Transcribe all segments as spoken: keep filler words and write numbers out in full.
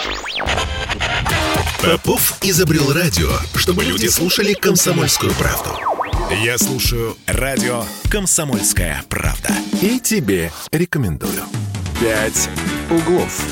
Попов изобрел радио, чтобы люди слушали «Комсомольскую правду». Я слушаю радио «Комсомольская правда». И тебе рекомендую. «Пять углов».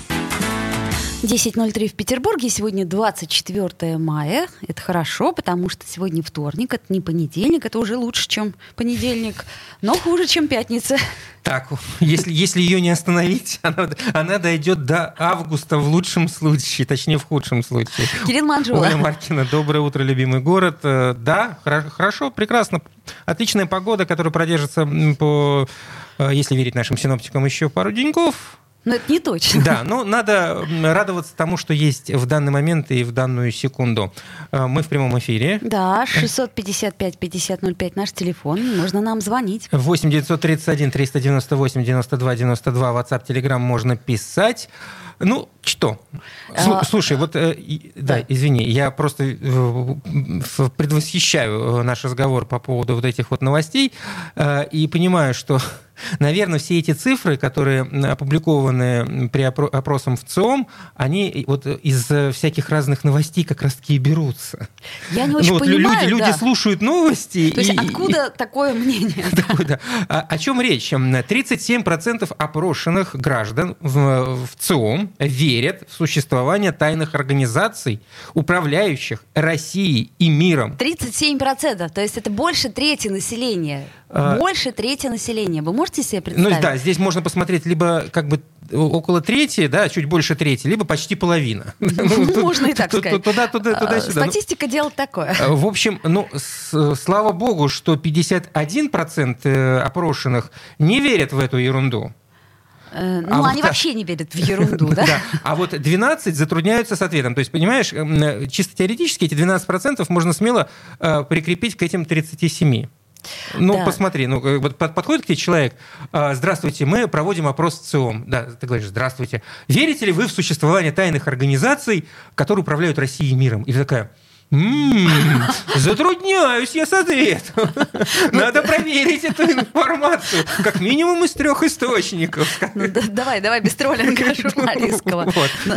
десять ноль три в Петербурге. Сегодня двадцать четвёртое мая. Это хорошо, потому что сегодня вторник. Это не понедельник. Это уже лучше, чем понедельник. Но хуже, чем пятница. Так, если, если ее не остановить, она, она дойдет до августа в лучшем случае, точнее, в худшем случае. Кирилл Манжула. Оля Маркина, доброе утро, любимый город. Да, хорошо, прекрасно. Отличная погода, которая продержится, по, если верить нашим синоптикам, еще пару деньков. Но это не точно. Да, но надо радоваться тому, что есть в данный момент и в данную секунду. Мы в прямом эфире. Да, шестьсот пятьдесят пять пятьдесят ноль пять наш телефон. Можно нам звонить. восемь девятьсот тридцать один триста девяносто восемь девяносто два девяносто два. WhatsApp, Telegram можно писать. Ну, что? А... Слушай, вот, э, да, да, извини, я просто э, предвосхищаю наш разговор по поводу вот этих вот новостей э, и понимаю, что, наверное, все эти цифры, которые опубликованы при опросом в ЦИОМ, они вот из всяких разных новостей как раз-таки и берутся. Я не очень ну, понимаю, люди, да. люди слушают новости. То есть и, откуда и, такое мнение? Такое, да. О, о чем речь? тридцать семь процентов опрошенных граждан в, в ЦИОМ верят в существование тайных организаций, управляющих Россией и миром. тридцать семь процентов, то есть это больше трети населения. А... Больше трети населения. Вы можете себе представить? Ну да, здесь можно посмотреть либо как бы около трети, да, чуть больше трети, либо почти половина. Можно и так сказать. Туда, туда, туда, сюда. Статистика делает такое. В общем, ну, слава богу, что пятьдесят один процент опрошенных не верят в эту ерунду. Ну, а они вот, вообще не верят в ерунду, да? Да. А вот двенадцать затрудняются с ответом. То есть, понимаешь, чисто теоретически эти двенадцать процентов можно смело э, прикрепить к этим тридцати семи. Ну, да. Посмотри, ну, вот подходит к тебе человек: здравствуйте, мы проводим опрос в ЦИОМ. Да, ты говоришь: здравствуйте. Верите ли вы в существование тайных организаций, которые управляют Россией и миром? И ты такая: М-м, затрудняюсь я с ответом. Надо проверить эту информацию как минимум из трех источников. Ну, да, давай, давай без троллинга журналистского. Вот. Да,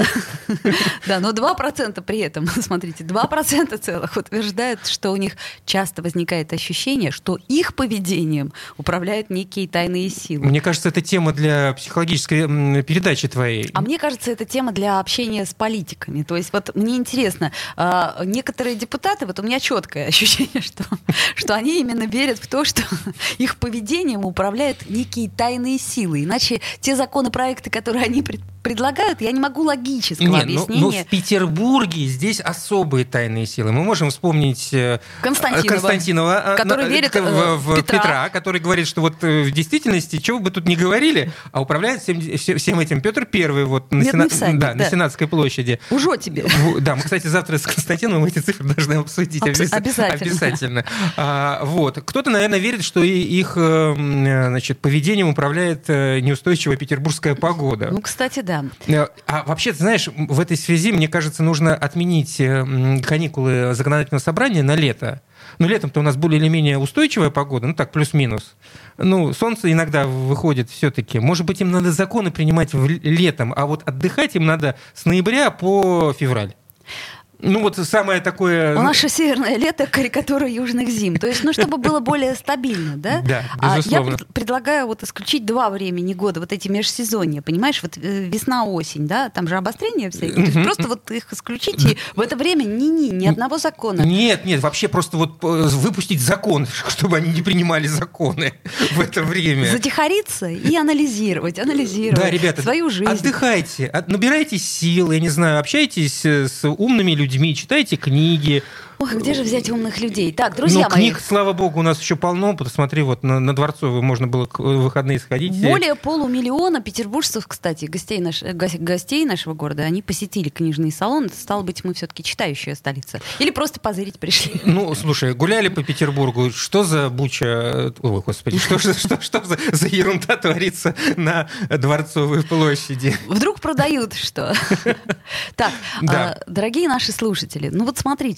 да, но два процента при этом, смотрите, два процента целых утверждают, что у них часто возникает ощущение, что их поведением управляют некие тайные силы. Мне кажется, это тема для психологической передачи твоей. А мне кажется, это тема для общения с политиками. То есть вот мне интересно, некоторые депутаты, вот у меня четкое ощущение, что, что они именно верят в то, что их поведением управляют некие тайные силы. Иначе те законопроекты, которые они пред, предлагают, я не могу логического Нет, объяснения. Ну, ну, в Петербурге здесь особые тайные силы. Мы можем вспомнить Константинова, Константинова который верит в, в Петра. Петра, который говорит, что вот в действительности, чего бы тут ни говорили, а управляет всем, всем этим Петр Первый вот на, Сена... всадник, да, да. на Сенатской площади. Ужо тебе. Да, мы, кстати, завтра с Константиновым эти цифры должны обсудить. Обязательно. Обязательно. А, вот. Кто-то, наверное, верит, что их, значит, поведением управляет неустойчивая петербургская погода. Ну, кстати, да. А вообще, ты знаешь, в этой связи, мне кажется, нужно отменить каникулы законодательного собрания на лето. Ну, летом-то у нас более или менее устойчивая погода, ну так, плюс-минус. Ну, солнце иногда выходит все-таки. Может быть, им надо законы принимать летом, а вот отдыхать им надо с ноября по февраль. Ну, вот самое такое... У нас же северное лето, карикатура южных зим. То есть, ну, чтобы было более стабильно, да? Да, А безусловно. я пред- предлагаю вот исключить два времени года, вот эти межсезонья, понимаешь? Вот э, весна-осень, да? Там же обострение всякие. То есть, просто вот их исключить, и в это время ни-ни, ни одного закона. Нет, нет, вообще просто вот выпустить закон, чтобы они не принимали законы в это время. Затихариться и анализировать, анализировать да, ребята, свою жизнь. Отдыхайте, набирайте сил, я не знаю, общайтесь с умными людьми, читайте книги. Ой, где же взять умных людей? Так, друзья ну, мои. Книг, слава богу, у нас еще полно. Посмотри, вот на, на Дворцовую можно было в выходные сходить. Более полумиллиона петербуржцев, кстати, гостей, наш, гостей нашего города, они посетили книжный салон. Стало быть, мы все-таки читающая столица. Или просто позырить пришли. Ну, слушай, гуляли по Петербургу. Что за буча... Ой, господи, что, что, что, что за, за ерунда творится на Дворцовой площади? Вдруг продают что? Так, дорогие наши слушатели, ну вот смотрите, вы присоединяетесь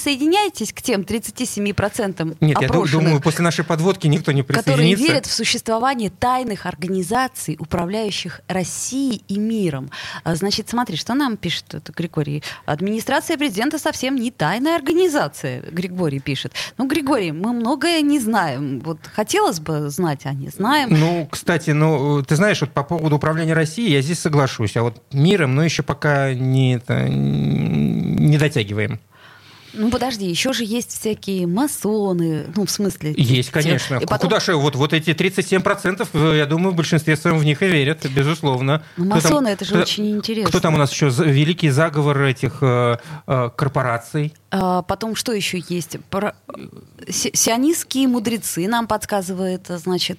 присоединяетесь к тем тридцати семи процентам Нет, опрошенных, я думаю, после нашей подводки никто не присоединится. которые верят в существование тайных организаций, управляющих Россией и миром. Значит, смотри, что нам пишет это Григорий. Администрация президента совсем не тайная организация, Григорий пишет. Ну, Григорий, мы многое не знаем. Вот хотелось бы знать, а не знаем. Ну, кстати, ну, ты знаешь, вот по поводу управления Россией я здесь соглашусь, а вот миром, ну, еще пока не, это, не дотягиваем. Ну, подожди, еще же есть всякие масоны, ну, в смысле... Есть, конечно. И потом... Куда же, вот, вот эти тридцать семь процентов, я думаю, в большинстве своем в них и верят, безусловно. Ну, масоны, там, это же кто, очень интересно. Кто там у нас еще? Великий заговор этих э, э, корпораций. А потом что еще есть? Про... Сионистские мудрецы нам подсказывает, значит,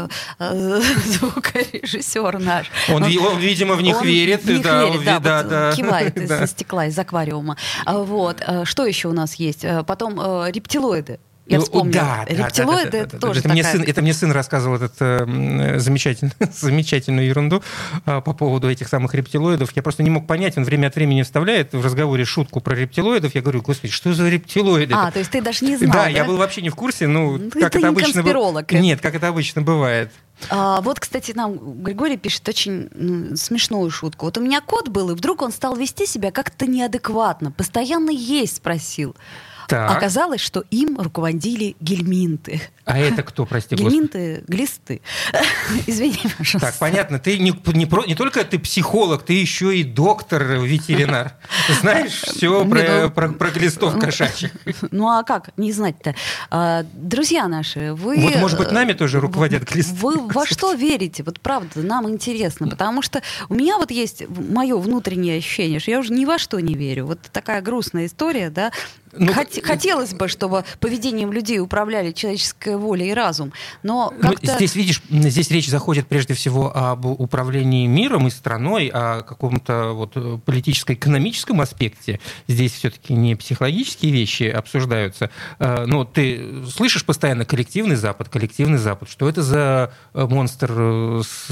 звукорежиссер наш. Он, он, он видимо, в них он верит. В них да, верит, он, да, да, вот да, кивает да. из-за стекла, из аквариума. Вот. Что еще у нас есть? Потом рептилоиды. Я вспомнила. Да, рептилоиды, да, да, это да, тоже это такая... Мне сын, это мне сын рассказывал этот, э, замечательный, замечательную ерунду э, по поводу этих самых рептилоидов. Я просто не мог понять, он время от времени вставляет в разговоре шутку про рептилоидов. Я говорю, господи, что за рептилоиды? А, то есть ты даже не знал, да? Да, я был вообще не в курсе. Ну, ну как ты это не обычно конспиролог. Б... Нет, как это обычно бывает. А, вот, кстати, нам Григорий пишет очень ну, смешную шутку. Вот у меня кот был, и вдруг он стал вести себя как-то неадекватно. Постоянно есть спросил. Так. Оказалось, что им руководили гельминты. А это кто, прости, гельминты, глисты. Извини, пожалуйста. Так, понятно. Ты не, не, про, не только ты психолог, ты еще и доктор-ветеринар. Знаешь все про, про, про глистов кошачьих. Ну а как не знать-то? Друзья наши, вы... Вот, может быть, нами тоже руководят глисты. Вы во что верите? Вот правда, нам интересно. Потому что у меня вот есть мое внутреннее ощущение, что я уже ни во что не верю. Вот такая грустная история, да? Ну, Хот- хотелось бы, чтобы поведением людей управляли человеческая воля и разум, но как-то... Здесь, видишь, здесь речь заходит прежде всего об управлении миром и страной, о каком-то вот политическо-экономическом аспекте. Здесь все-таки не психологические вещи обсуждаются. Но ты слышишь постоянно коллективный Запад, коллективный Запад. Что это за монстр с,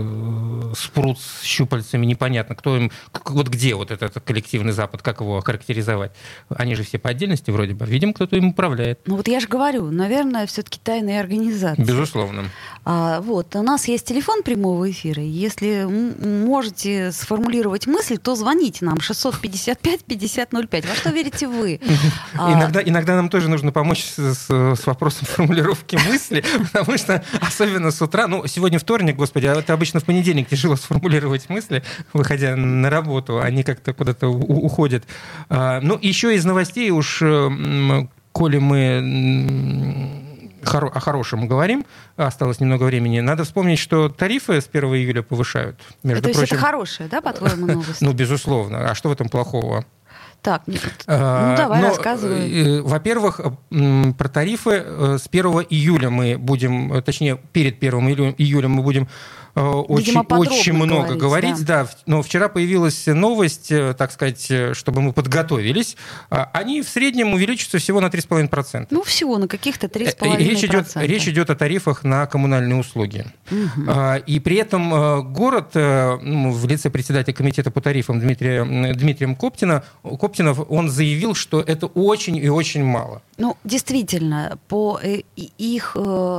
с пруд с щупальцами, непонятно. Кто им, вот где вот этот коллективный Запад, как его охарактеризовать? Они же все по отдельности вроде бы. Видимо, кто-то им управляет. Ну вот я же говорю, наверное, все-таки тайные организации. Безусловно. А, вот, у нас есть телефон прямого эфира. Если м- можете сформулировать мысль, то звоните нам шестьсот пятьдесят пять пятьдесят ноль пять. Во что верите вы? Иногда, иногда нам тоже нужно помочь с, с вопросом формулировки мысли, потому что особенно с утра, ну, сегодня вторник, господи, а это обычно в понедельник тяжело сформулировать мысли, выходя на работу, они как-то куда-то у- уходят. А, ну, еще из новостей уж, коли мы о хорошем говорим, осталось немного времени, надо вспомнить, что тарифы с первого июля повышают. Между То есть прочим, это хорошая, да, по-твоему, новость? Ну, безусловно. А что в этом плохого? Так, ну давай, Но, рассказывай. Во-первых, про тарифы с первого июля мы будем, точнее, перед первым июля мы будем очень, очень много говорить. говорить да. Да. Но вчера появилась новость, так сказать, чтобы мы подготовились. Они в среднем увеличатся всего на три с половиной процента. Ну, всего на каких-то три с половиной процента. Речь идет, речь идет о тарифах на коммунальные услуги. Угу. И при этом город в лице председателя комитета по тарифам Дмитрия, Дмитрием Коптина, Коптинов, он заявил, что это очень и очень мало. Ну, действительно, по их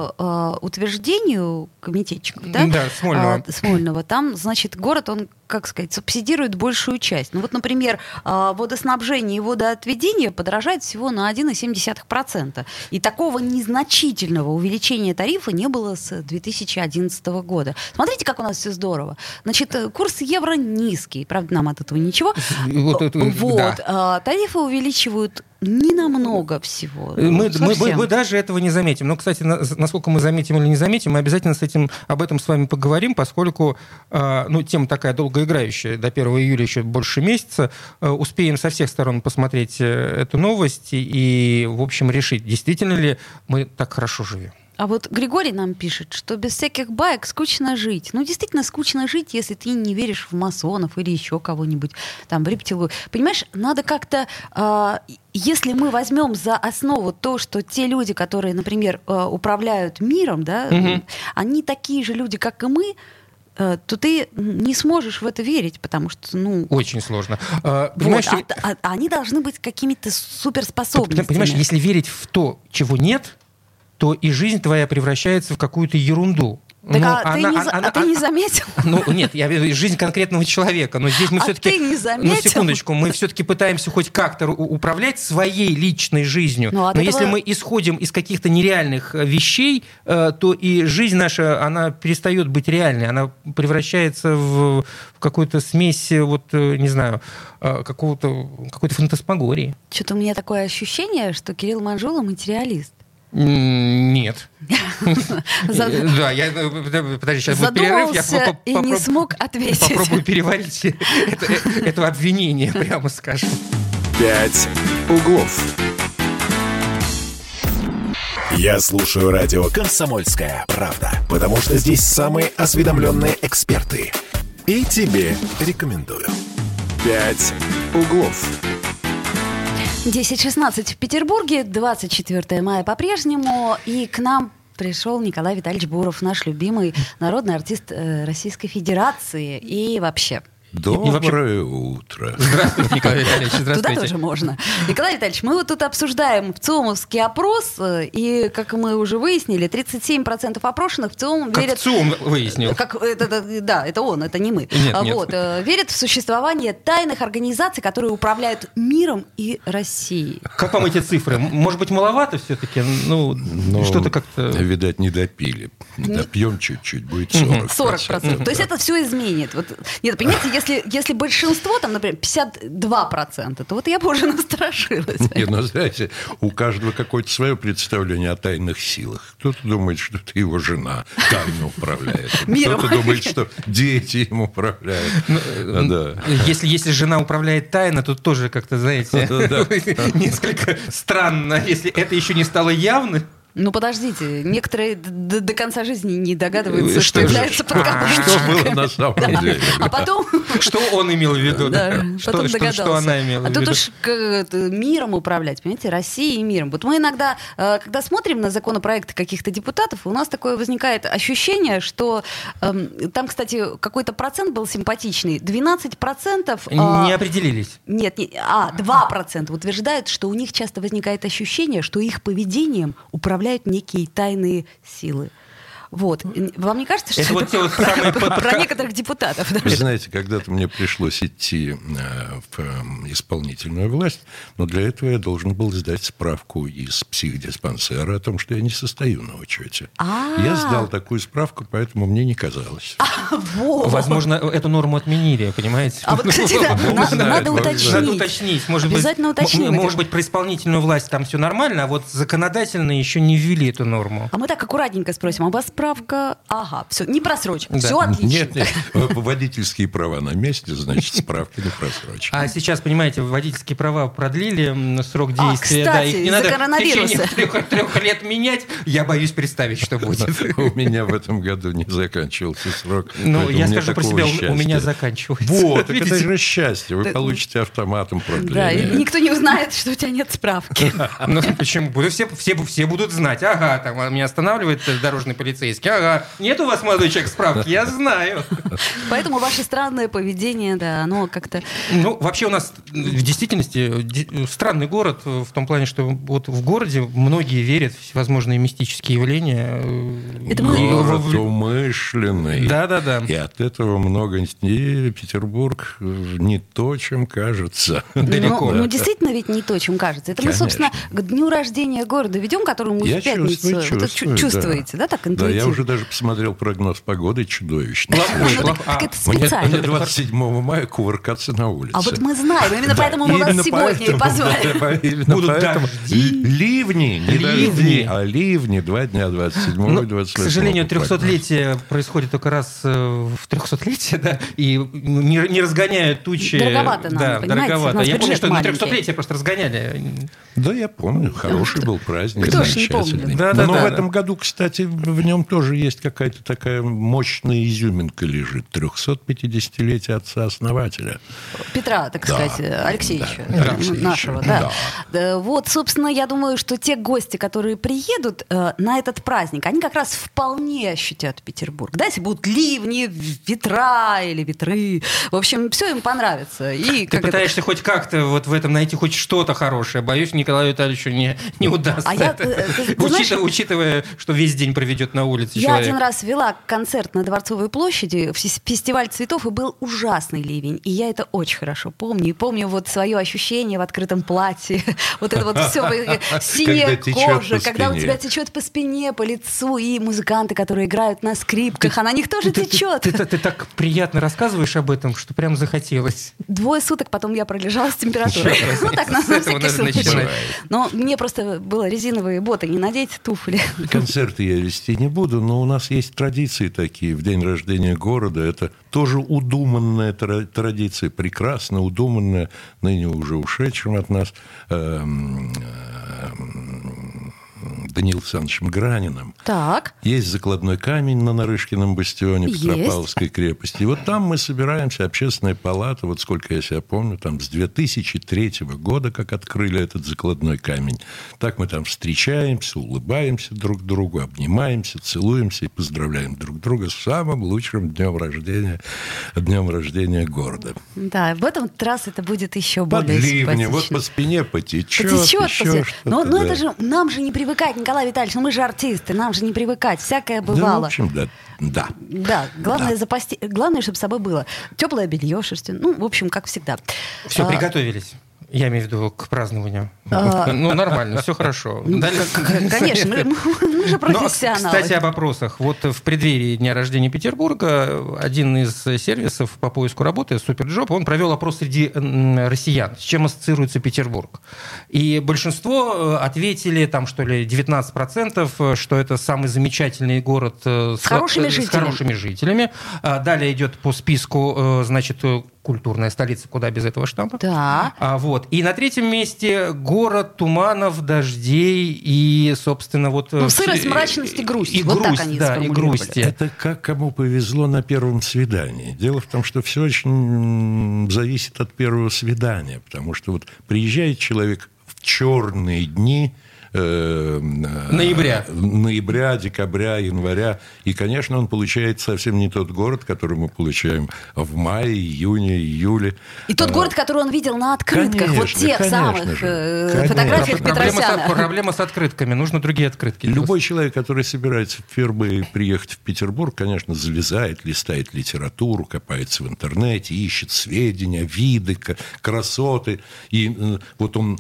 утверждению комитетчиков, да, да, Смольного. Смольного, там, значит, город, он, как сказать, субсидирует большую часть. Ну вот, например, водоснабжение и водоотведение подорожает всего на один целых семь десятых процента. И такого незначительного увеличения тарифа не было с две тысячи одиннадцатого года. Смотрите, как у нас все здорово. Значит, курс евро низкий, правда, нам от этого ничего. Вот, это, вот. Да. Тарифы увеличивают не намного всего. Мы, мы, мы, мы даже этого не заметим. Но, кстати, на, насколько мы заметим или не заметим, мы обязательно с этим, об этом с вами поговорим, поскольку э, ну, тема такая долгоиграющая. До первого июля еще больше месяца. Э, успеем со всех сторон посмотреть э, эту новость и, в общем, решить, действительно ли мы так хорошо живем. А вот Григорий нам пишет, что без всяких баек скучно жить. Ну, действительно, скучно жить, если ты не веришь в масонов или еще кого-нибудь, там, в рептилу. Понимаешь, надо как-то... Э, если мы возьмем за основу то, что те люди, которые, например, э, управляют миром, да, угу. они такие же люди, как и мы, то ты не сможешь в это верить, потому что, ну... Очень сложно. Вот, Понимаешь, а, а, а они должны быть какими-то суперспособностями. Понимаешь, если верить в то, чего нет, то и жизнь твоя превращается в какую-то ерунду. Так, ну, а, она, ты не, она, а она, ты не заметил? Ну, нет, я веду жизнь конкретного человека, но здесь мы а все-таки... ты не заметил? Ну, секундочку, мы все-таки пытаемся хоть как-то управлять своей личной жизнью. Ну, но этого... если мы исходим из каких-то нереальных вещей, то и жизнь наша, она перестает быть реальной, она превращается в, в какую-то смесь, вот, не знаю, какого-то, какой-то фантасмагории. Что-то у меня такое ощущение, что Кирилл Манжула материалист. Нет. Да, я... Подожди, сейчас будет перерыв. Я и не смог ответить. Попробую переварить это обвинение, прямо скажем. «Пять углов». Я слушаю радио «Комсомольская правда», потому что здесь самые осведомленные эксперты. И тебе рекомендую. «Пять углов». десять шестнадцать в Петербурге, двадцать четвёртого мая по-прежнему, и к нам пришел Николай Витальевич Буров, наш любимый народный артист Российской Федерации и вообще... Доброе вообще... утро. Здравствуйте, Николай Витальевич, здравствуйте. Туда тоже можно. Николай Витальевич, мы вот тут обсуждаем ЦИОМовский опрос, и, как мы уже выяснили, тридцать семь процентов опрошенных в ЦИОМ как верят... Как ЦИОМ выяснил. Как, это, это, да, это он, это не мы. Нет, вот, нет. Верят в существование тайных организаций, которые управляют миром и Россией. Как вам эти цифры? Может быть, маловато все-таки? Ну, Но, что-то как-то... Видать, не допили. Допьем чуть-чуть, будет сорок процентов. сорок процентов. То есть это все изменит. Вот, нет, понимаете, если Если, если большинство, там, например, пятьдесят два процента, то вот я бы уже насторожилась. Нет, ну, знаете, у каждого какое-то свое представление о тайных силах. Кто-то думает, что это его жена тайно управляет. Кто-то думает, что дети им управляют. Если, если жена управляет тайно, то тоже как-то, знаете, несколько странно, если это еще не стало явным. Ну, подождите, некоторые до, до конца жизни не догадываются, что, что является подкаблучником. Что было на самом да. деле. А потом... Что он имел в виду? Да, что, потом что, догадался. Что она имела в виду? А тут уж миром управлять, понимаете, Россией и миром. Вот мы иногда, когда смотрим на законопроекты каких-то депутатов, у нас такое возникает ощущение, что там, кстати, какой-то процент был симпатичный, двенадцать процентов... Не определились. Нет, не, а, два процента утверждают, что у них часто возникает ощущение, что их поведением управляют некие тайные силы. Вот. Вам не кажется, что это, это вот про, самые... про, про некоторых депутатов? Вы знаете, когда-то мне пришлось идти в исполнительную власть, но для этого я должен был сдать справку из психдиспансера о том, что я не состою на учете. А-а-а. Я сдал такую справку, поэтому мне не казалось. Возможно, эту норму отменили, понимаете? А вот, кстати, надо уточнить. Надо уточнить. Обязательно уточнить. Может быть, про исполнительную власть там все нормально, а вот законодательно еще не ввели эту норму. А мы так аккуратненько спросим, а у вас справка, ага, все, не просрочено, да. Все отлично. Нет, нет, водительские права на месте, значит, справка не просрочена. А сейчас, понимаете, водительские права продлили срок действия. А, кстати, да, их не надо в течение трех, трех лет менять. Я боюсь представить, что будет. У меня в этом году не заканчивался срок. Ну, я скажу про себя, счастья. У меня заканчивается. Вот, так это же счастье. Вы получите автоматом продление. Да, и никто не узнает, что у тебя нет справки. Ну, почему? Все, все, все будут знать. Ага, там меня останавливает дорожный полицейский. Ага, нет у вас, молодой человек, справки? Я знаю. Поэтому ваше странное поведение, да, оно как-то... Ну, вообще у нас в действительности странный город в том плане, что вот в городе многие верят в всевозможные мистические явления. Это город умышленный. Да-да-да. И от этого много... И Петербург не то, чем кажется. Далеко. Ну, ну, действительно ведь не то, чем кажется. Это Конечно. мы, собственно, к дню рождения города ведем, который мы Я в пятницу... чувствую, вот чувствую, чувствуете, да, да, так интуитивно? Да, я уже даже посмотрел прогноз погоды чудовищный. Плохой, ну, так, так это специально. Мне двадцать седьмого мая кувыркаться на улице. А вот мы знаем, именно да, поэтому мы вас сегодня и позвали. Да, именно Будут поэтому дожди. Ливни, не Ливни. дожди, а ливни, два дня, двадцать седьмого и двадцать восьмого. К сожалению, трехсотлетие происходит только раз в трехсотлетие, да, и не, не разгоняют тучи. Дороговато нам, да, понимаете, дороговато. у нас Я помню, бюджет что маленький. на трехсотлетие просто разгоняли. Да, я помню, хороший был праздник, Кто ж не замечательный. помнит? Да, да, Но да, в да. этом году, кстати, в нем тоже есть какая-то такая мощная изюминка лежит. трехсотпятидесятилетие отца-основателя. Петра, так да. сказать, Алексеевича, да. Алексеевича. нашего. Да. Да. Вот, собственно, я думаю, что те гости, которые приедут э, на этот праздник, они как раз вполне ощутят Петербург. Да, если будут ливни, ветра или ветры. В общем, все им понравится. И, Ты как пытаешься это... хоть как-то вот в этом найти хоть что-то хорошее. Боюсь, Николаю Витальевичу не, не удастся. А я, это. ты, ты Учитывая, знаешь, учитывая, что весь день проведет на улице я человек. один раз вела концерт на Дворцовой площади, фестиваль цветов, и был ужасный ливень. И я это очень хорошо помню. И помню вот свое ощущение в открытом платье. Вот это вот все, синяя кожа, когда у тебя течет по спине, по лицу, и музыканты, которые играют на скрипках, а на них тоже течет. Ты так приятно рассказываешь об этом, что прям захотелось. Двое суток потом я пролежала с температурой. Ну так, на всякий случай. Но мне просто было резиновые боты не надеть, туфли. Концерты я вести не буду, но у нас есть традиции такие в день рождения города. Это тоже удуманная традиция, прекрасно удуманная, ныне уже ушедшим от нас Даниилом Александровичем Граниным. Так. Есть закладной камень на Нарышкином бастионе Есть. Петропавловской крепости. И вот там мы собираемся, общественная палата, вот сколько я себя помню, там с две тысячи третьего года, как открыли этот закладной камень. Так мы там встречаемся, улыбаемся друг другу, обнимаемся, целуемся и поздравляем друг друга с самым лучшим днем рождения, днем рождения города. Да, в этом раз это будет еще Под более ливнем, симпатично. вот по спине потечет, Потечет, еще потечет. что-то. Но, но да. это же нам же не привыкать, Николай Витальевич, ну мы же артисты, нам же не привыкать, всякое бывало. Да, в общем, да. Да, да главное, да. запасти, главное, чтобы с собой было теплое белье шерстяное, ну, в общем, как всегда. Все, а, приготовились. Я имею в виду к празднованию. А... Ну, нормально, все хорошо. Конечно, мы, мы же профессионалы. Но, кстати, об опросах. Вот в преддверии Дня рождения Петербурга один из сервисов по поиску работы, Суперджоп, он провел опрос среди россиян, с чем ассоциируется Петербург. И большинство ответили, там, что ли, девятнадцать процентов, что это самый замечательный город с, с, хорошими, с жителями. хорошими жителями. Далее идет по списку, значит, культурная столица, куда без этого штампа. Да. А, вот. И на третьем месте город туманов, дождей и, собственно, вот... Ну, сырость, мрачность и грусть. И вот грусть, так они да, и грусть. Это как кому повезло на первом свидании. Дело в том, что все очень зависит от первого свидания, потому что вот приезжает человек в черные дни, Ноября. Ноября, декабря, января. И, конечно, он получает совсем не тот город, который мы получаем в мае, июне, июле. И тот а, город, который он видел на открытках, конечно, вот тех самых же, фотографиях Петросяна. Проблема, проблема с открытками. Нужно другие открытки. Любой человек, который собирается впервые приехать в Петербург, конечно, залезает, листает литературу, копается в интернете, ищет сведения, виды, красоты. И вот он...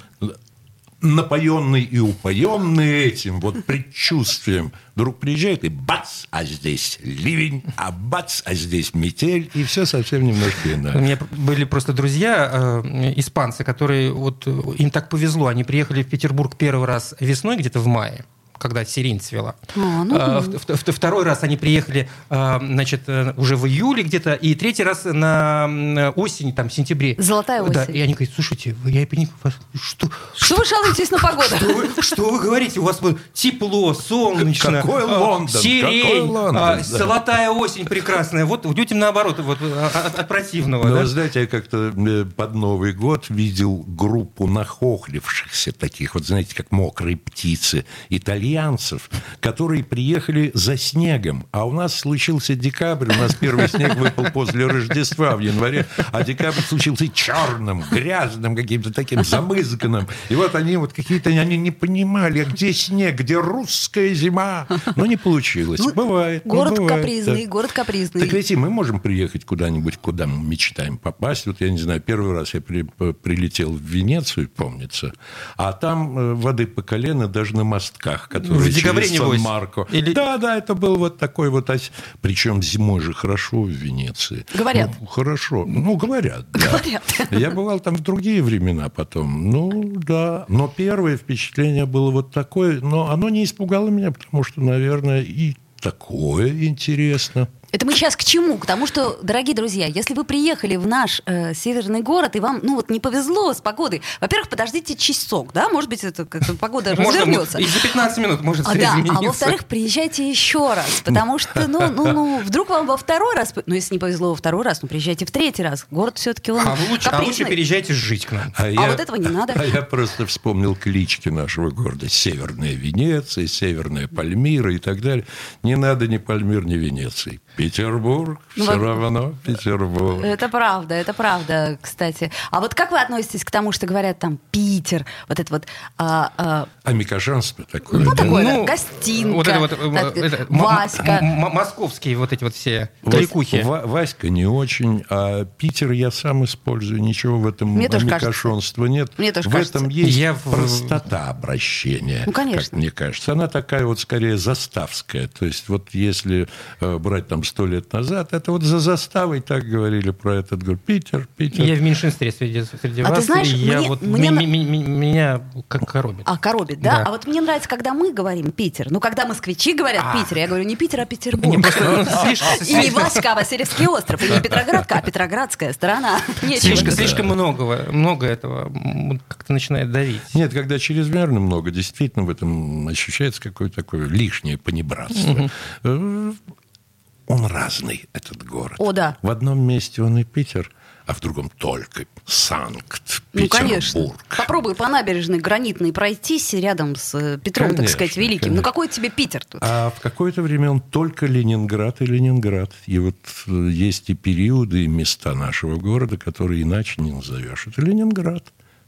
напоенный и упоенный этим вот предчувствием, вдруг приезжает и бац, а здесь ливень, а бац, а здесь метель, и все совсем немножко иначе. У меня были просто друзья, э, испанцы, которые, вот им так повезло, они приехали в Петербург первый раз весной, где-то в мае, когда сирень цвела. А, ну, а, второй раз они приехали, значит, уже в июле где-то, и третий раз на осень, там, в сентябре. Золотая осень. Да, и они говорят, слушайте, я не понимаю, что... Что вы жалуетесь на погоду? Что вы, что вы говорите? У вас тепло, солнечно. Какой Лондон? Сирень, Какой Лондон, а, да. Золотая осень прекрасная. Вот людям наоборот, вот, от, от противного. Но, да? вы знаете, я как-то под Новый год видел группу нахохлившихся таких, вот знаете, как мокрые птицы, итальянцев, которые приехали за снегом. А у нас случился декабрь, у нас первый снег выпал после Рождества в январе, а декабрь случился черным, грязным, каким-то таким замызганным. И вот они вот какие-то, они не понимали, где снег, где русская зима. Но не получилось. Ну, бывает. Город ну, бывает, капризный, да. город капризный. Так ведь и мы можем приехать куда-нибудь, куда мы мечтаем попасть. Вот я не знаю, первый раз я при, прилетел в Венецию, помнится, а там воды по колено даже на мостках, которые в декабре, через Сан-Марко. Или... Да, да, это был вот такой вот... Причем зимой же хорошо в Венеции. Говорят. Ну, хорошо. Ну, говорят, да. Говорят. Я бывал там в другие времена потом. Ну, да. Но первое впечатление было вот такое. Но оно не испугало меня, потому что, наверное, и такое интересно. Это мы сейчас к чему? К тому, что, дорогие друзья, если вы приехали в наш э, северный город, и вам, ну вот, не повезло с погодой, во-первых, подождите часок, да, может быть, это как-то погода развернется. И за пятнадцать минут может а, все да, измениться. А во-вторых, приезжайте еще раз, потому что, ну, ну, ну, вдруг вам во второй раз, ну, если не повезло во второй раз, ну, приезжайте в третий раз. Город все-таки он а, лучше, а лучше переезжайте жить к нам. А, а я, вот этого не надо. А я просто вспомнил клички нашего города. Северная Венеция, Северная Пальмира и так далее. Не надо ни Пальмир, ни Венеции. Петербург, ну, все вот, равно Петербург. Это правда, это правда, кстати. А вот как вы относитесь к тому, что говорят там Питер, вот это вот... А, а... а микошанство такое? Ну, да? такое, ну, гостинка, вот это вот, так, это, Васька. М- м- московские вот эти вот все кликухи. Ва- Васька не очень, а Питер я сам использую. Ничего в этом микошонства нет. Мне тоже в кажется. этом есть я простота обращения, ну, конечно. как мне кажется. Она такая вот скорее заставская. То есть вот если э, брать там сто лет назад, это вот за заставой так говорили про этот город. Питер, Питер. Я в меньшинстве среди, среди а вас. Ты знаешь, я мне, вот, мне... Ми, ми, ми, меня как коробит. А, коробит, да? да? А вот мне нравится, когда мы говорим Питер. Ну, когда москвичи говорят а. Питер, я говорю не Питер, а Петербург. Не, просто, слишком, и не Васька, а Васильевский остров. И не Петроградка, а Петроградская сторона. Слишком, слишком многого, много этого как-то начинает давить. Нет, когда чрезмерно много, действительно в этом ощущается какое-то такое лишнее понебратство. Угу. Он разный, этот город. О, да. В одном месте он и Питер, а в другом только Санкт-Петербург. Ну, конечно. Попробуй по набережной гранитной пройтись рядом с Петром, конечно, так сказать, Великим. Конечно. Ну, какой тебе Питер тут? А в какое-то время он только Ленинград и Ленинград. И вот есть и периоды, и места нашего города, которые иначе не назовешь. Это Ленинград.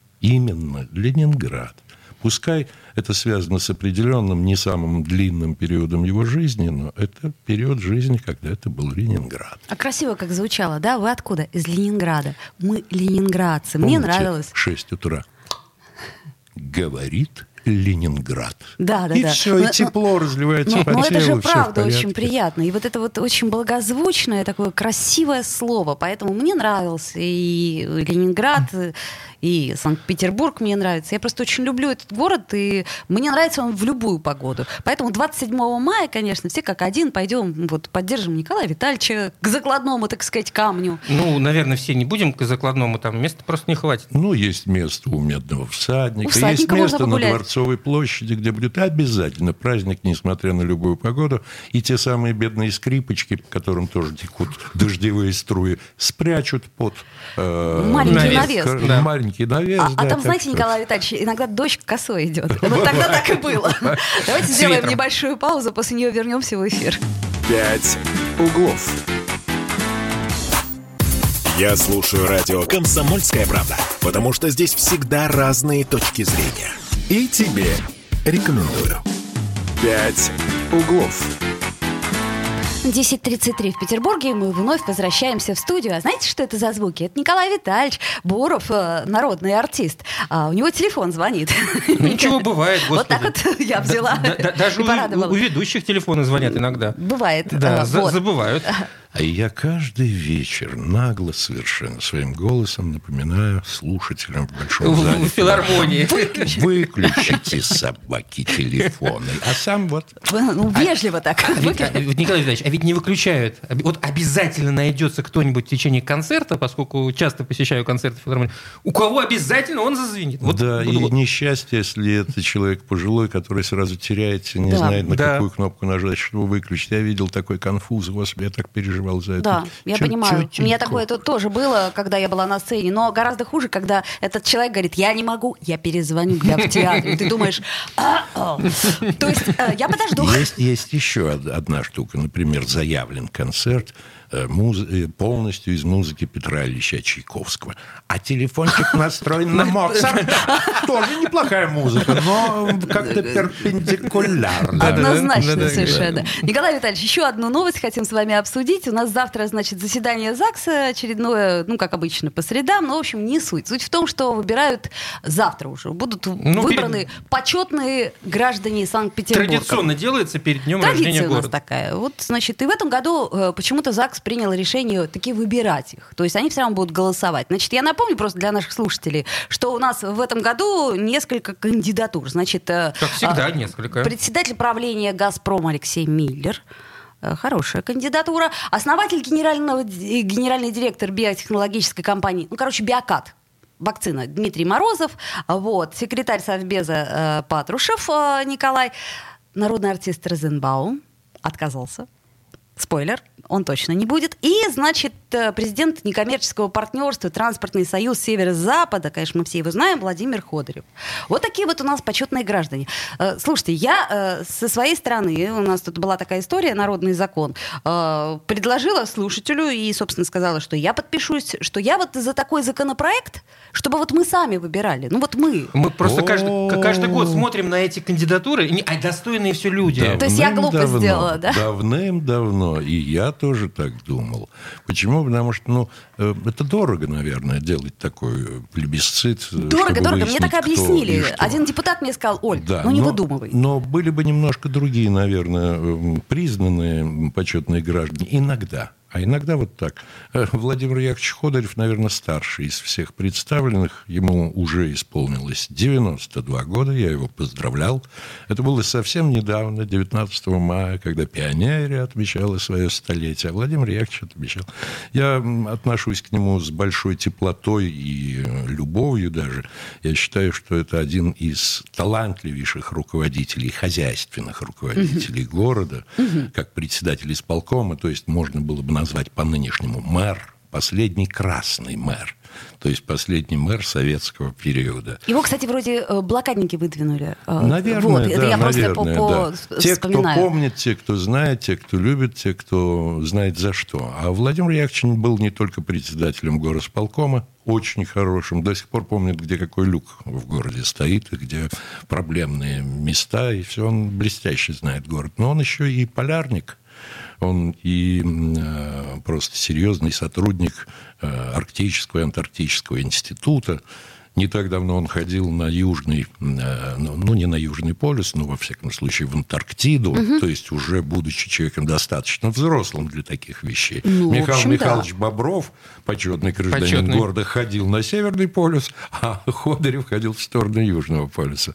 Именно Ленинград. Пускай это связано с определенным, не самым длинным периодом его жизни, но это период жизни, когда это был Ленинград. А красиво как звучало, да? Вы откуда? Из Ленинграда. Мы ленинградцы. Мне Помните, нравилось. шесть утра. Говорит Ленинград. Да, да, и да. все, но, и тепло но, разливается но, по но телу. это же правда все очень приятно. И вот это вот очень благозвучное, такое красивое слово. Поэтому мне нравился и Ленинград, и Санкт-Петербург мне нравится. Я просто очень люблю этот город, и мне нравится он в любую погоду. Поэтому двадцать седьмого мая, конечно, все как один пойдем, вот, поддержим Николая Витальевича к закладному, так сказать, камню. Ну, наверное, все не будем к закладному, там места просто не хватит. Ну, есть место у Медного всадника, у всадника есть место на погулять. Дворцовой площади, где будет обязательно праздник, несмотря на любую погоду. И те самые бедные скрипочки, по которым тоже текут дождевые струи, спрячут под э, маленький навес. навес. Да. Маленький навес. А, да, а там, знаете, что... Николай Витальевич, иногда дождь косой идет. Вот тогда так и было. Давайте сделаем небольшую паузу, после нее вернемся в эфир. Пять углов. Я слушаю радио «Комсомольская правда», потому что здесь всегда разные точки зрения. И тебе рекомендую. «Пять углов». десять тридцать три в Петербурге, и мы вновь возвращаемся в студию. А знаете, что это за звуки? Это Николай Витальевич Буров, народный артист. А у него телефон звонит. Ну, ничего, бывает, господи. Вот так вот я взяла Даже у ведущих телефоны звонят иногда. Бывает. Да, забывают. А я каждый вечер нагло совершенно своим голосом напоминаю слушателям в большом зале. В филармонии. Выключите, собаки, телефоны. А сам вот... Ну, вежливо так. Николай Витальевич, а ведь не выключают. Вот обязательно найдется кто-нибудь в течение концерта, поскольку часто посещаю концерты в филармонии, у кого обязательно он зазвенит. Вот, да, вот, и вот. Несчастье, если это человек пожилой, который сразу теряется, не да. знает, на да. какую кнопку нажать, чтобы выключить. Я видел такой конфуз, господи, я так переживал за это. Да, я Чё, понимаю. чё, У меня чё, такое тут тоже было, когда я была на сцене, но гораздо хуже, когда этот человек говорит, я не могу, я перезвоню для в театре. И ты думаешь, то есть я подожду. Есть, есть еще одна штука. Например, заявлен концерт муз- полностью из музыки Петра Ильича Чайковского. А телефончик настроен на Моцарта. Тоже неплохая музыка, но как-то перпендикулярно. Однозначно совершенно. Николай Витальевич, еще одну новость хотим с вами обсудить. У нас завтра, значит, заседание ЗАГСа очередное, ну, как обычно, по средам, но, в общем, не суть. Суть в том, что выбирают завтра уже. Будут ну, выбраны перед... почетные граждане Санкт-Петербурга. Традиционно делается перед днем Традиция рождения города. у нас такая. Вот, значит, и в этом году э, почему-то ЗАГС принял решение таки выбирать их. То есть они все равно будут голосовать. Значит, я напомню просто для наших слушателей, что у нас в этом году несколько кандидатур. Значит, как всегда, э, несколько. Председатель правления «Газпрома» Алексей Миллер. Хорошая кандидатура. Основатель генерального, генеральный директор биотехнологической компании, ну, короче, Биокат. Вакцина Дмитрий Морозов, вот, секретарь Совбеза э, Патрушев э, Николай, народный артист Розенбаум отказался. Спойлер, он точно не будет. И, значит, президент некоммерческого партнерства «Транспортный союз Северо-Запада», конечно, мы все его знаем, Владимир Ходорев. Вот такие вот у нас почетные граждане. Слушайте, я со своей стороны, у нас тут была такая история, народный закон, предложила слушателю и, собственно, сказала, что я подпишусь, что я вот за такой законопроект, чтобы вот мы сами выбирали. Ну вот мы. Мы просто каждый, каждый год смотрим на эти кандидатуры, а достойные все люди. То есть я глупо сделала, да? Давным-давно. И я тоже так думал. Почему? Потому что, ну, это дорого, наверное, делать такой плебисцит. Дорого, дорого. Мне так и объяснили. Один депутат мне сказал: Оль, да, ну не но, выдумывай. Но были бы немножко другие, наверное, признанные почетные граждане. Иногда. А иногда вот так. Владимир Яковлевич Ходорев, наверное, старший из всех представленных. Ему уже исполнилось девяносто два года. Я его поздравлял. Это было совсем недавно, девятнадцатого мая, когда Пионерия отмечала свое столетие. А Владимир Яковлевич отмечал. Я отношусь к нему с большой теплотой и любовью даже. Я считаю, что это один из талантливейших руководителей, хозяйственных руководителей mm-hmm. города, mm-hmm. как председатель исполкома. То есть можно было бы назвать по-нынешнему мэр, последний красный мэр, то есть последний мэр советского периода. Его, кстати, вроде блокадники выдвинули. Наверное, вот, да, это я наверное, просто по, по да. Те, кто помнит, те, кто знает, те, кто любит, те, кто знает за что. А Владимир Яковлевич был не только председателем горосполкома, очень хорошим. До сих пор помнит, где какой люк в городе стоит, и где проблемные места, и все. Он блестяще знает город. Но он еще и полярник. Он и э, просто серьезный сотрудник э, Арктического и Антарктического института. Не так давно он ходил на Южный, э, ну, ну, не на Южный полюс, но, во всяком случае, в Антарктиду, угу. то есть уже будучи человеком достаточно взрослым для таких вещей. Ну, Михаил общем, Михайлович да. Бобров, почетный гражданин почетный. города, ходил на Северный полюс, а Ходорев ходил в сторону Южного полюса.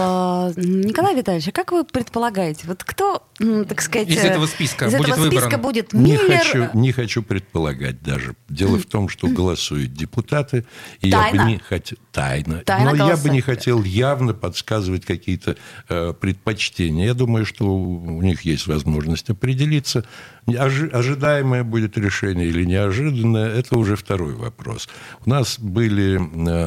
А, Николай Витальевич, а как вы предполагаете, вот кто, так сказать... Из этого списка из будет этого выбран? Списка будет не Миллер... хочу, не хочу предполагать даже. Дело в том, что голосуют депутаты, и Тайна. я бы не хотел... Тайна. Тайна Но голосования. я бы не хотел явно подсказывать какие-то э, предпочтения. Я думаю, что у них есть возможность определиться. Ожи- ожидаемое будет решение или неожиданное, это уже второй вопрос. У нас были,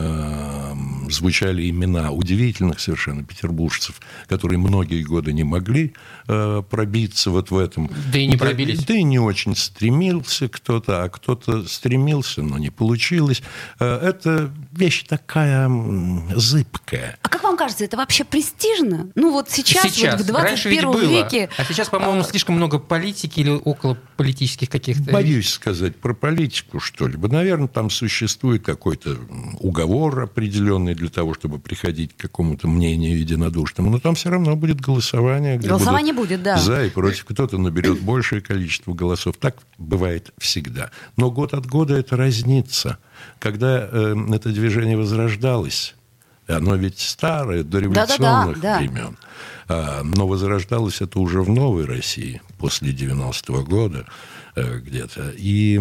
э, звучали имена удивительных совершенно петербуржцев, которые многие годы не могли э, пробиться вот в этом. Да и не пробились. Да, да и не очень стремился кто-то, а кто-то стремился, но не получилось. Э, это вещь такая зыбкая. А как вам кажется, это вообще престижно? Ну вот сейчас, сейчас. вот в двадцать первом веке... А сейчас, по-моему, слишком много политики или около политических каких-то... Боюсь сказать про политику что-либо. Наверное, там существует какой-то уговор определенный для того, чтобы приходить к какому-то мнению единодушному. Но там все равно будет голосование. Где голосование будет, да. За и против. Кто-то наберет большее количество голосов. Так бывает всегда. Но год от года это разнится. Когда э, это движение возрождалось, оно ведь старое, до революционных да, да, да, времен, да. но возрождалось это уже в новой России после девяностого года э, где-то. И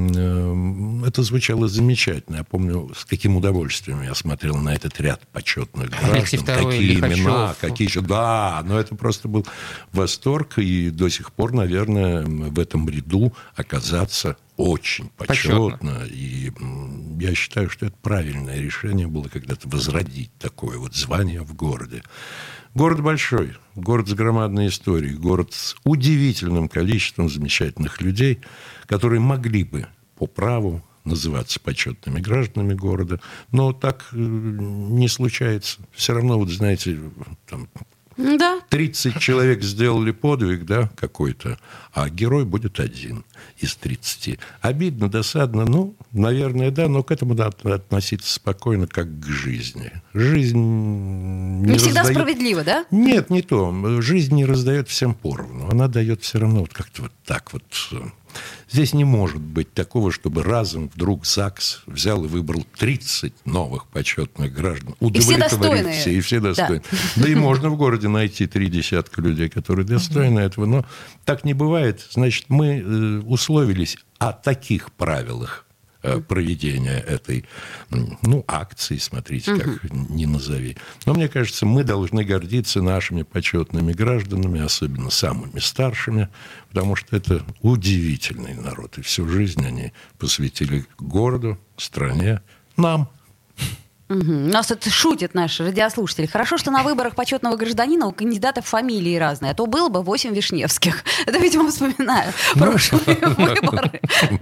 э, это звучало замечательно. Я помню, с каким удовольствием я смотрел на этот ряд почетных граждан. Какие имена, какие еще... Да, но это просто был восторг. И до сих пор, наверное, в этом ряду оказаться очень почетно. почетно. И я считаю, что это правильное решение было когда-то возродить такое вот звание в городе. Город большой, город с громадной историей, город с удивительным количеством замечательных людей, которые могли бы по праву называться почетными гражданами города, но так не случается. Все равно, вот знаете, там... Да. тридцать человек сделали подвиг, да, какой-то, а герой будет один из тридцати. Обидно, досадно, ну, наверное, да, но к этому надо относиться спокойно, как к жизни. Жизнь не, не всегда раздает... справедливо, да? Нет, не то. Жизнь не раздает всем поровну. Она дает все равно вот как-то вот так вот Здесь не может быть такого, чтобы разом вдруг ЗАГС взял и выбрал тридцать новых почетных граждан. Удовлетворив все, и все достойны. Да. да и можно в городе найти три десятка людей, которые достойны этого. Но так не бывает. Значит, мы условились о таких правилах проведения этой, ну, акции, смотрите, как угу. ни назови. Но мне кажется, мы должны гордиться нашими почетными гражданами, особенно самыми старшими, потому что это удивительный народ. И всю жизнь они посвятили городу, стране, нам. Угу. Нас это шутят наши радиослушатели. Хорошо, что на выборах почетного гражданина у кандидатов фамилии разные, а то было бы восемь Вишневских. Это, видимо, вспоминаю прошлые выборы.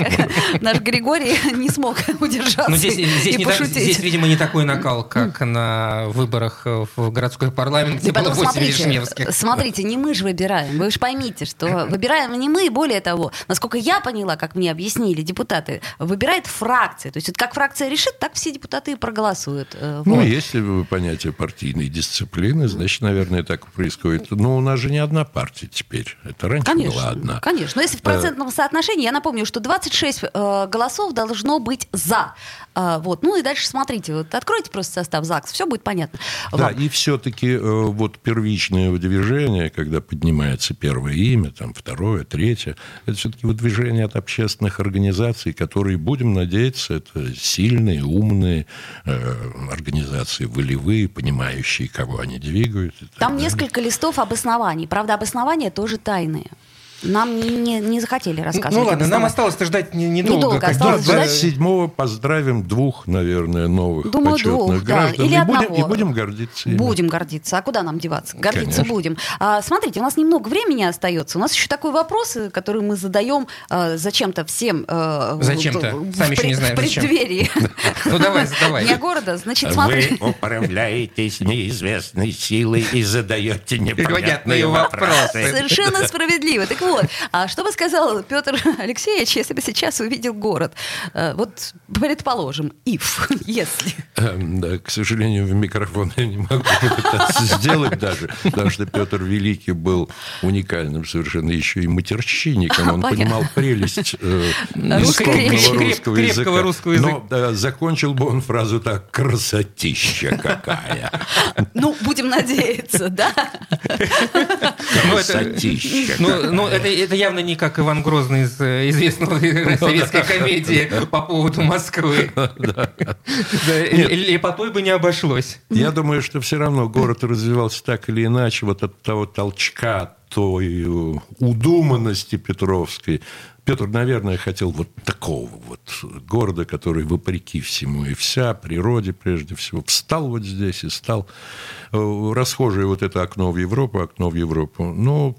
Наш Григорий не смог удержаться и пошутить. Здесь, видимо, не такой накал, как на выборах в городской парламент, где было восемь Вишневских. Смотрите, не мы же выбираем. Вы же поймите, что выбираем не мы, более того, насколько я поняла, как мне объяснили депутаты, выбирает фракция. То есть как фракция решит, так все депутаты и проголосуют. Ну, вот. Если понятие партийной дисциплины, значит, наверное, так и происходит. Но у нас же не одна партия теперь. Это раньше конечно, была одна. Конечно. Но если в процентном соотношении, я напомню, что двадцать шесть э, голосов должно быть за. Э, вот. Ну и дальше смотрите. Вот откройте просто состав ЗАГС, все будет понятно. Да, вам. И все-таки э, вот первичное выдвижение, когда поднимается первое имя, там второе, третье, это все-таки выдвижение от общественных организаций, которые, будем надеяться, это сильные, умные э, организации, волевые, понимающие, кого они двигают. Там далее. Несколько листов обоснований. Правда, обоснования тоже тайные. Нам не, не, не захотели рассказывать. Ну ладно, нам осталось-то ждать недолго. Недолго осталось ждать. двадцать седьмого поздравим двух, наверное, новых Думаю, почетных двух, граждан. Да. Или и, одного. будем, и будем гордиться. Ими. Будем гордиться. А куда нам деваться? Гордиться Конечно. будем. А, смотрите, у нас немного времени остается. У нас еще такой вопрос, который мы задаем а, зачем-то всем. А, зачем-то? Сами еще не знаем, в преддверии. Ну давай, задавай. Дня города. Значит, смотри. Вы управляетесь неизвестной силой и задаете непонятные вопросы. Совершенно справедливо. Так вот, а что бы сказал Петр Алексеевич, если бы сейчас увидел город? Вот, предположим, if, если. Да, к сожалению, в микрофон я не могу попытаться сделать даже, потому что Петр Великий был уникальным совершенно еще и матерщинником. Он понимал прелесть исконного русского языка. русского языка. Но да, закончил бы он фразу так: «Красотища какая». Ну, будем надеяться, да? Красотища. Ну, это явно не как Иван Грозный из известной советской комедии по поводу Москвы. Лепотой бы не обошлось. Я думаю, что все равно город развивался так или иначе вот от того толчка, той удуманности петровской. Петр, наверное, хотел вот такого вот города, который, вопреки всему и вся, природе прежде всего, встал вот здесь и стал расхожее вот это окно в Европу, окно в Европу. Ну,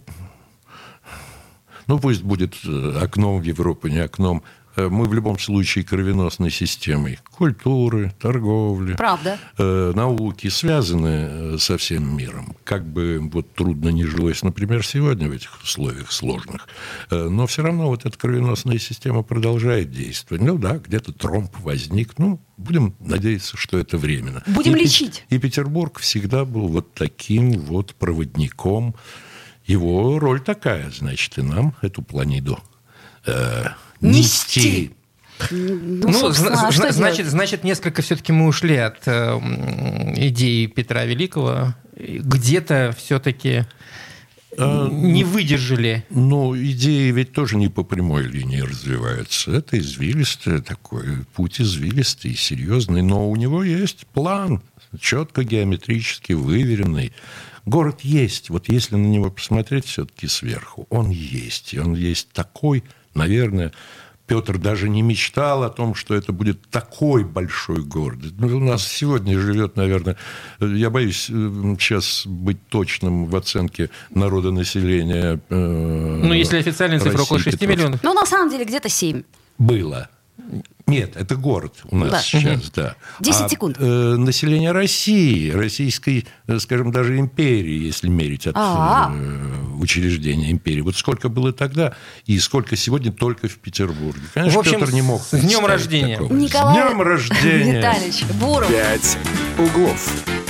ну пусть будет окном в Европу, не окном. Мы в любом случае кровеносной системой культуры, торговли, Правда. Э, науки связаны со всем миром. Как бы вот трудно ни жилось, например, сегодня в этих условиях сложных, э, но все равно вот эта кровеносная система продолжает действовать. Ну да, где-то тромб возник, ну, будем надеяться, что это временно. Будем и, лечить. И Петербург всегда был вот таким вот проводником. Его роль такая, значит, и нам эту планиду э, нести. Ну, ну зна- зна- значит, значит, несколько все-таки мы ушли от э, идеи Петра Великого. Где-то все-таки а, не выдержали. Ну, идеи ведь тоже не по прямой линии развиваются. Это извилистый такой, путь извилистый, серьезный. Но у него есть план, четко геометрически выверенный. Город есть. Вот если на него посмотреть все-таки сверху, он есть. И он есть такой, наверное, Петр даже не мечтал о том, что это будет такой большой город. Ну, у нас сегодня живет, наверное, я боюсь сейчас быть точным в оценке народонаселения. Э, ну, если официальная цифра около шести миллионов. Ну, на самом деле, где-то семь. Было. Нет, это город у нас да. сейчас, угу. да. десять а, секунд. Э, население России, российской, скажем, даже империи, если мерить от э, учреждения империи. Вот сколько было тогда и сколько сегодня только в Петербурге. Конечно, в общем, Петр не мог. С днем рождения. Такого. Николай С днем рождения. Витальевич Буров. «Пять углов».